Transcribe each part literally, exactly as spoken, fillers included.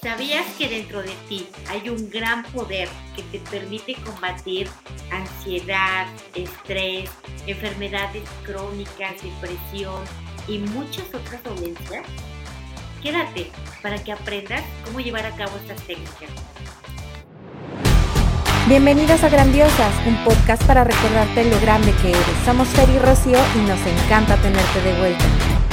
¿Sabías que dentro de ti hay un gran poder que te permite combatir ansiedad, estrés, enfermedades crónicas, depresión y muchas otras dolencias? Quédate para que aprendas cómo llevar a cabo estas técnicas. Bienvenidas a Grandiosas, un podcast para recordarte lo grande que eres. Somos Fer y Rocío y nos encanta tenerte de vuelta.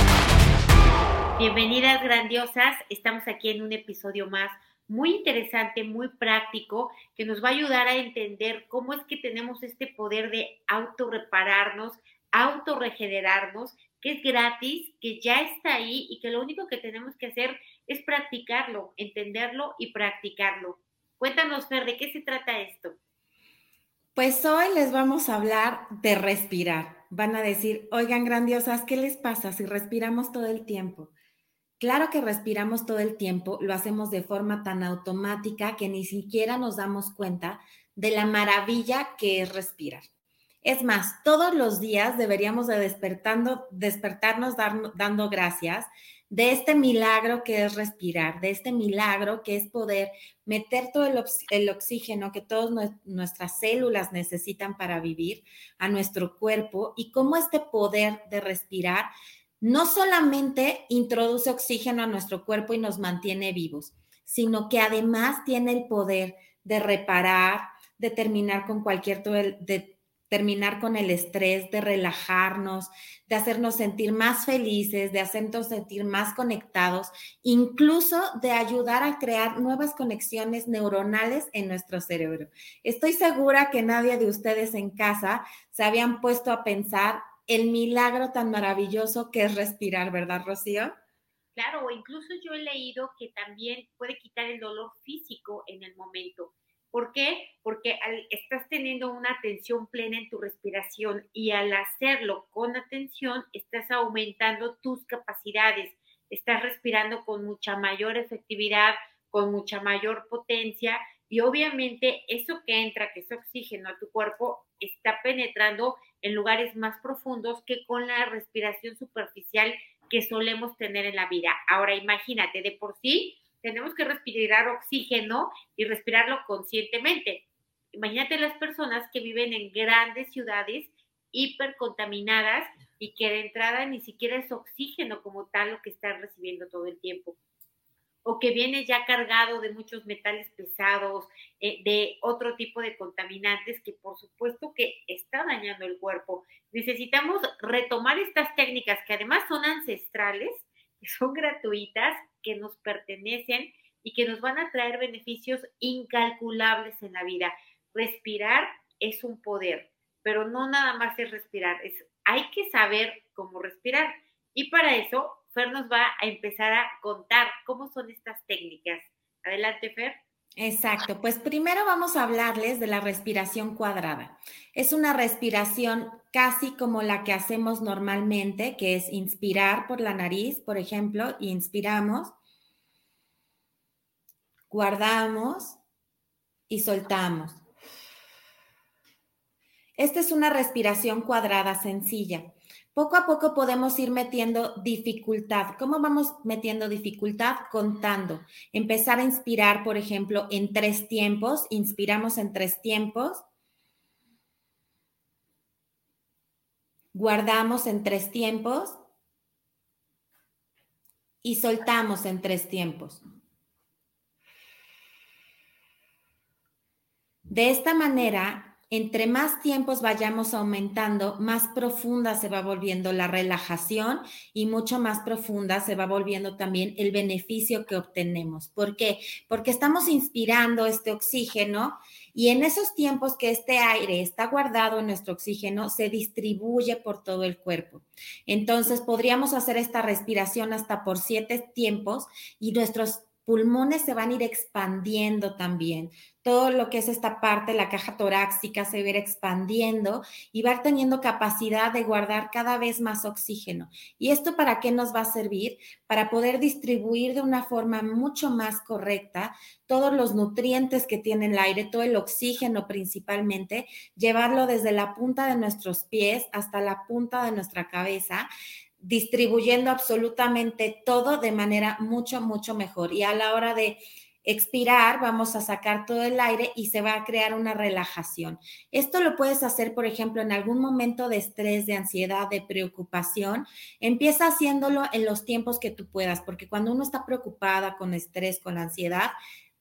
Bienvenidas grandiosas, estamos aquí en un episodio más muy interesante, muy práctico, que nos va a ayudar a entender cómo es que tenemos este poder de autorrepararnos, autorregenerarnos, que es gratis, que ya está ahí y que lo único que tenemos que hacer es practicarlo, entenderlo y practicarlo. Cuéntanos, Fer, ¿de qué se trata esto? Pues hoy les vamos a hablar de respirar. Van a decir, oigan, grandiosas, ¿qué les pasa si respiramos todo el tiempo? Claro que respiramos todo el tiempo, lo hacemos de forma tan automática que ni siquiera nos damos cuenta de la maravilla que es respirar. Es más, todos los días deberíamos de despertando, despertarnos dar, dando gracias de este milagro que es respirar, de este milagro que es poder meter todo el, ox- el oxígeno que todas nuestras células necesitan para vivir a nuestro cuerpo y cómo este poder de respirar no solamente introduce oxígeno a nuestro cuerpo y nos mantiene vivos, sino que además tiene el poder de reparar, de terminar con cualquier, de terminar con el estrés, de relajarnos, de hacernos sentir más felices, de hacernos sentir más conectados, incluso de ayudar a crear nuevas conexiones neuronales en nuestro cerebro. Estoy segura que nadie de ustedes en casa se habían puesto a pensar el milagro tan maravilloso que es respirar, ¿verdad, Rocío? Claro, o incluso yo he leído que también puede quitar el dolor físico en el momento. ¿Por qué? Porque al, estás teniendo una atención plena en tu respiración y al hacerlo con atención estás aumentando tus capacidades, estás respirando con mucha mayor efectividad, con mucha mayor potencia y obviamente eso que entra, que es oxígeno a tu cuerpo, está penetrando en lugares más profundos que con la respiración superficial que solemos tener en la vida. Ahora imagínate, de por sí tenemos que respirar oxígeno y respirarlo conscientemente. Imagínate las personas que viven en grandes ciudades hipercontaminadas y que de entrada ni siquiera es oxígeno como tal lo que están recibiendo todo el tiempo. O que viene ya cargado de muchos metales pesados, eh, de otro tipo de contaminantes que por supuesto que está dañando el cuerpo. Necesitamos retomar estas técnicas que además son ancestrales, que son gratuitas, que nos pertenecen y que nos van a traer beneficios incalculables en la vida. Respirar es un poder, pero no nada más es respirar, es, hay que saber cómo respirar. Y para eso Fer nos va a empezar a contar cómo son estas técnicas. Adelante, Fer. Exacto, pues primero vamos a hablarles de la respiración cuadrada. Es una respiración casi como la que hacemos normalmente, que es inspirar por la nariz, por ejemplo, inspiramos, guardamos y soltamos. Esta es una respiración cuadrada sencilla. Poco a poco podemos ir metiendo dificultad. ¿Cómo vamos metiendo dificultad? Contando. Empezar a inspirar, por ejemplo, en tres tiempos. Inspiramos en tres tiempos. Guardamos en tres tiempos. Y soltamos en tres tiempos. De esta manera, entre más tiempos vayamos aumentando, más profunda se va volviendo la relajación y mucho más profunda se va volviendo también el beneficio que obtenemos. ¿Por qué? Porque estamos inspirando este oxígeno y en esos tiempos que este aire está guardado en nuestro oxígeno, se distribuye por todo el cuerpo. Entonces, podríamos hacer esta respiración hasta por siete tiempos y nuestros pulmones se van a ir expandiendo también. Todo lo que es esta parte, la caja torácica, se va a ir expandiendo y va a ir teniendo capacidad de guardar cada vez más oxígeno. ¿Y esto para qué nos va a servir? Para poder distribuir de una forma mucho más correcta todos los nutrientes que tiene el aire, todo el oxígeno principalmente, llevarlo desde la punta de nuestros pies hasta la punta de nuestra cabeza, distribuyendo absolutamente todo de manera mucho, mucho mejor. Y a la hora de expirar, vamos a sacar todo el aire y se va a crear una relajación. Esto lo puedes hacer, por ejemplo, en algún momento de estrés, de ansiedad, de preocupación. Empieza haciéndolo en los tiempos que tú puedas, porque cuando uno está preocupada, con estrés, con ansiedad,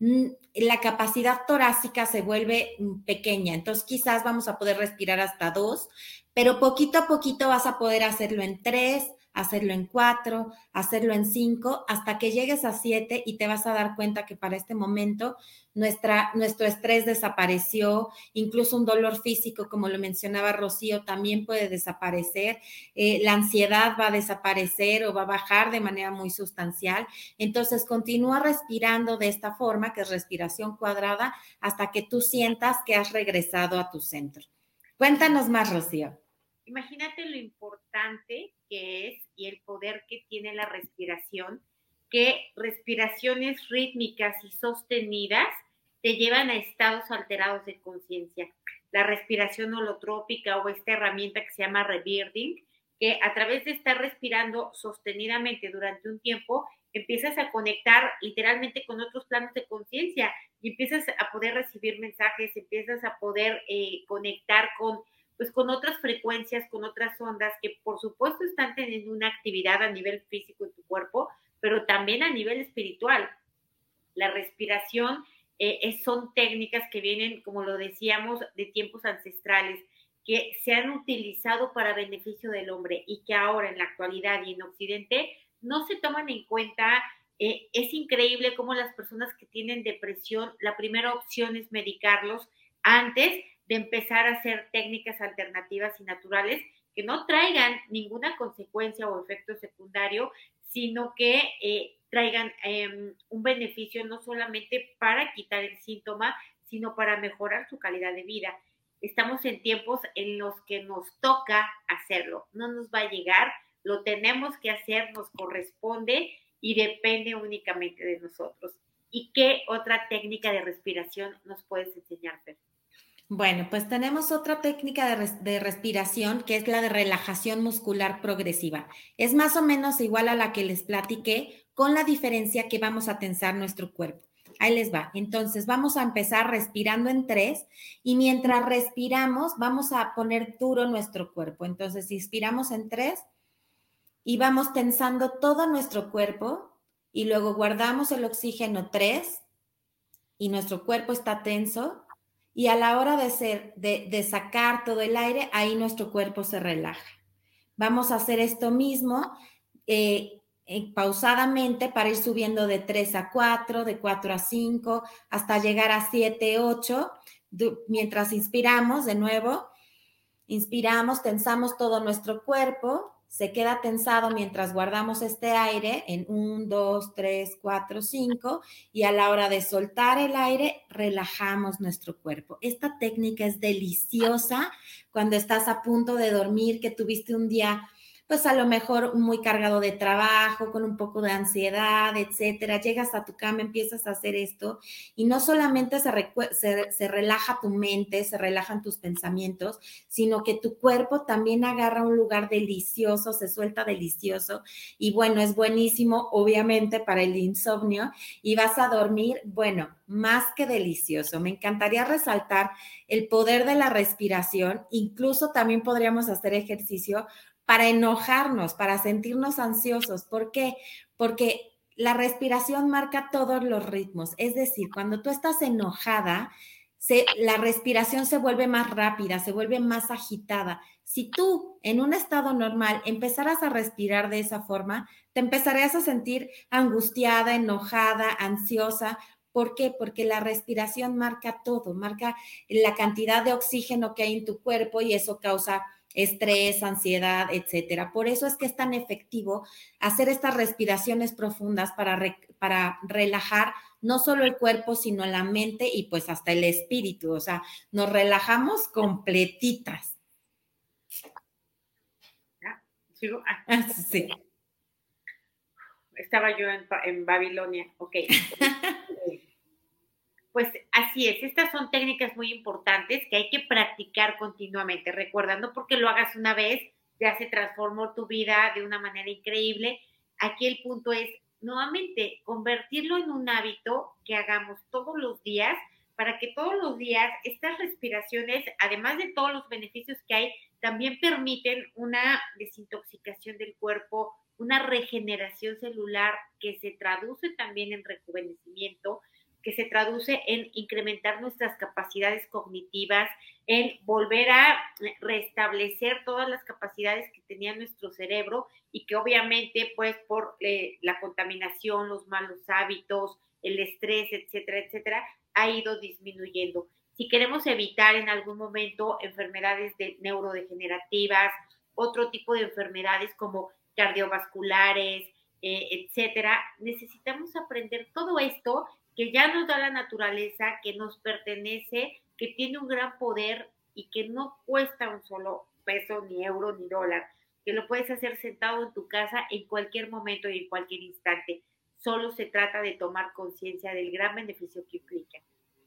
la capacidad torácica se vuelve pequeña. Entonces, quizás vamos a poder respirar hasta dos, pero poquito a poquito vas a poder hacerlo en tres, hacerlo en cuatro, hacerlo en cinco, hasta que llegues a siete y te vas a dar cuenta que para este momento nuestra, nuestro estrés desapareció, incluso un dolor físico, como lo mencionaba Rocío, también puede desaparecer, eh, la ansiedad va a desaparecer o va a bajar de manera muy sustancial. Entonces, continúa respirando de esta forma, que es respiración cuadrada, hasta que tú sientas que has regresado a tu centro. Cuéntanos más, Rocío. Imagínate lo importante que es y el poder que tiene la respiración, que respiraciones rítmicas y sostenidas te llevan a estados alterados de conciencia. La respiración holotrópica o esta herramienta que se llama rebirthing, que a través de estar respirando sostenidamente durante un tiempo, empiezas a conectar literalmente con otros planos de conciencia y empiezas a poder recibir mensajes, empiezas a poder eh, conectar con pues con otras frecuencias, con otras ondas que por supuesto están teniendo una actividad a nivel físico en tu cuerpo, pero también a nivel espiritual. La respiración eh, es, son técnicas que vienen, como lo decíamos, de tiempos ancestrales, que se han utilizado para beneficio del hombre y que ahora en la actualidad y en Occidente no se toman en cuenta. Eh, es increíble cómo las personas que tienen depresión, la primera opción es medicarlos antes de empezar a hacer técnicas alternativas y naturales que no traigan ninguna consecuencia o efecto secundario, sino que eh, traigan eh, un beneficio no solamente para quitar el síntoma, sino para mejorar su calidad de vida. Estamos en tiempos en los que nos toca hacerlo, no nos va a llegar, lo tenemos que hacer, nos corresponde y depende únicamente de nosotros. ¿Y qué otra técnica de respiración nos puedes enseñar, Fer? Bueno, pues tenemos otra técnica de, res de respiración, que es la de relajación muscular progresiva. Es más o menos igual a la que les platiqué, con la diferencia que vamos a tensar nuestro cuerpo. Ahí les va. Entonces, vamos a empezar respirando en tres y mientras respiramos, vamos a poner duro nuestro cuerpo. Entonces, inspiramos en tres y vamos tensando todo nuestro cuerpo y luego guardamos el oxígeno tres y nuestro cuerpo está tenso. Y a la hora de, ser, de, de sacar todo el aire, ahí nuestro cuerpo se relaja. Vamos a hacer esto mismo eh, eh, pausadamente para ir subiendo de tres a cuatro, de cuatro a cinco, hasta llegar a siete, ocho. Mientras inspiramos de nuevo, inspiramos, tensamos todo nuestro cuerpo, se queda tensado mientras guardamos este aire en uno, dos, tres, cuatro, cinco y a la hora de soltar el aire relajamos nuestro cuerpo. Esta técnica es deliciosa cuando estás a punto de dormir, que tuviste un día pues a lo mejor muy cargado de trabajo, con un poco de ansiedad, etcétera. Llegas a tu cama, empiezas a hacer esto y no solamente se, se, se relaja tu mente, se relajan tus pensamientos, sino que tu cuerpo también agarra un lugar delicioso, se suelta delicioso y bueno, es buenísimo obviamente para el insomnio y vas a dormir, bueno, más que delicioso. Me encantaría resaltar el poder de la respiración, incluso también podríamos hacer ejercicio para enojarnos, para sentirnos ansiosos. ¿Por qué? Porque la respiración marca todos los ritmos. Es decir, cuando tú estás enojada, se, la respiración se vuelve más rápida, se vuelve más agitada. Si tú en un estado normal empezaras a respirar de esa forma, te empezarías a sentir angustiada, enojada, ansiosa. ¿Por qué? Porque la respiración marca todo, marca la cantidad de oxígeno que hay en tu cuerpo y eso causa estrés, ansiedad, etcétera. Por eso es que es tan efectivo hacer estas respiraciones profundas para, re, para relajar no solo el cuerpo, sino la mente y pues hasta el espíritu. O sea, nos relajamos completitas. ¿Ah? ¿Sigo? Ah. Ah, sí. Estaba yo en, en Babilonia. Ok. Pues así es, estas son técnicas muy importantes que hay que practicar continuamente. Recuerda, no porque lo hagas una vez, ya se transformó tu vida de una manera increíble. Aquí el punto es, nuevamente, convertirlo en un hábito que hagamos todos los días, para que todos los días estas respiraciones, además de todos los beneficios que hay, también permiten una desintoxicación del cuerpo, una regeneración celular que se traduce también en rejuvenecimiento, que se traduce en incrementar nuestras capacidades cognitivas, en volver a restablecer todas las capacidades que tenía nuestro cerebro y que obviamente pues por eh, la contaminación, los malos hábitos, el estrés, etcétera, etcétera, ha ido disminuyendo. Si queremos evitar en algún momento enfermedades de neurodegenerativas, otro tipo de enfermedades como cardiovasculares, eh, etcétera, necesitamos aprender todo esto que ya nos da la naturaleza, que nos pertenece, que tiene un gran poder y que no cuesta un solo peso, ni euro, ni dólar, que lo puedes hacer sentado en tu casa en cualquier momento y en cualquier instante. Solo se trata de tomar conciencia del gran beneficio que implica.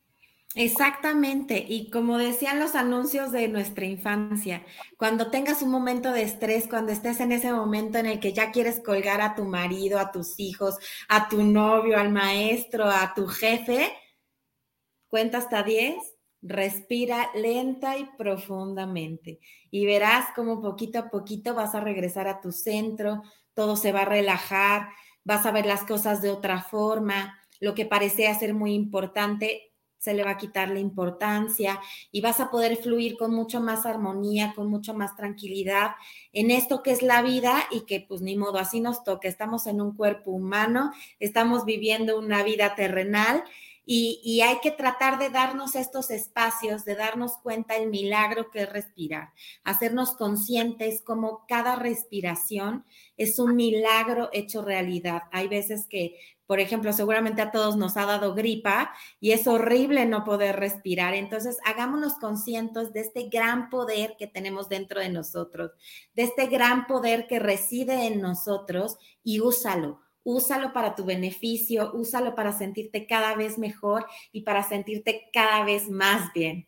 Exactamente, y como decían los anuncios de nuestra infancia, cuando tengas un momento de estrés, cuando estés en ese momento en el que ya quieres colgar a tu marido, a tus hijos, a tu novio, al maestro, a tu jefe, cuenta hasta diez, respira lenta y profundamente y verás cómo poquito a poquito vas a regresar a tu centro, todo se va a relajar, vas a ver las cosas de otra forma, lo que parecía ser muy importante se le va a quitar la importancia y vas a poder fluir con mucho más armonía, con mucho más tranquilidad en esto que es la vida y que pues ni modo, así nos toca, estamos en un cuerpo humano, estamos viviendo una vida terrenal. Y, y hay que tratar de darnos estos espacios, de darnos cuenta el milagro que es respirar, hacernos conscientes como cada respiración es un milagro hecho realidad. Hay veces que, por ejemplo, seguramente a todos nos ha dado gripa y es horrible no poder respirar. Entonces, hagámonos conscientes de este gran poder que tenemos dentro de nosotros, de este gran poder que reside en nosotros y úsalo. Úsalo para tu beneficio, úsalo para sentirte cada vez mejor y para sentirte cada vez más bien.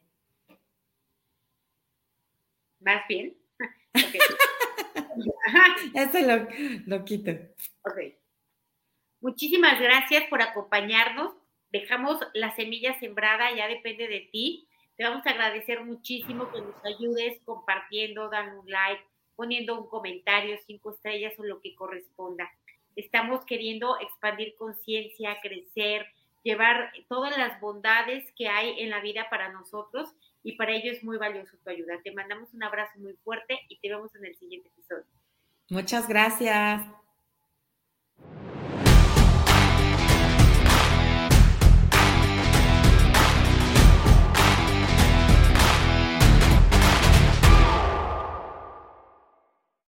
¿Más bien? Okay. Eso lo, lo quito. Ok. Muchísimas gracias por acompañarnos. Dejamos la semilla sembrada, ya depende de ti. Te vamos a agradecer muchísimo que nos ayudes compartiendo, dando un like, poniendo un comentario, cinco estrellas o lo que corresponda. Estamos queriendo expandir conciencia, crecer, llevar todas las bondades que hay en la vida para nosotros y para ello es muy valioso tu ayuda. Te mandamos un abrazo muy fuerte y te vemos en el siguiente episodio. Muchas gracias.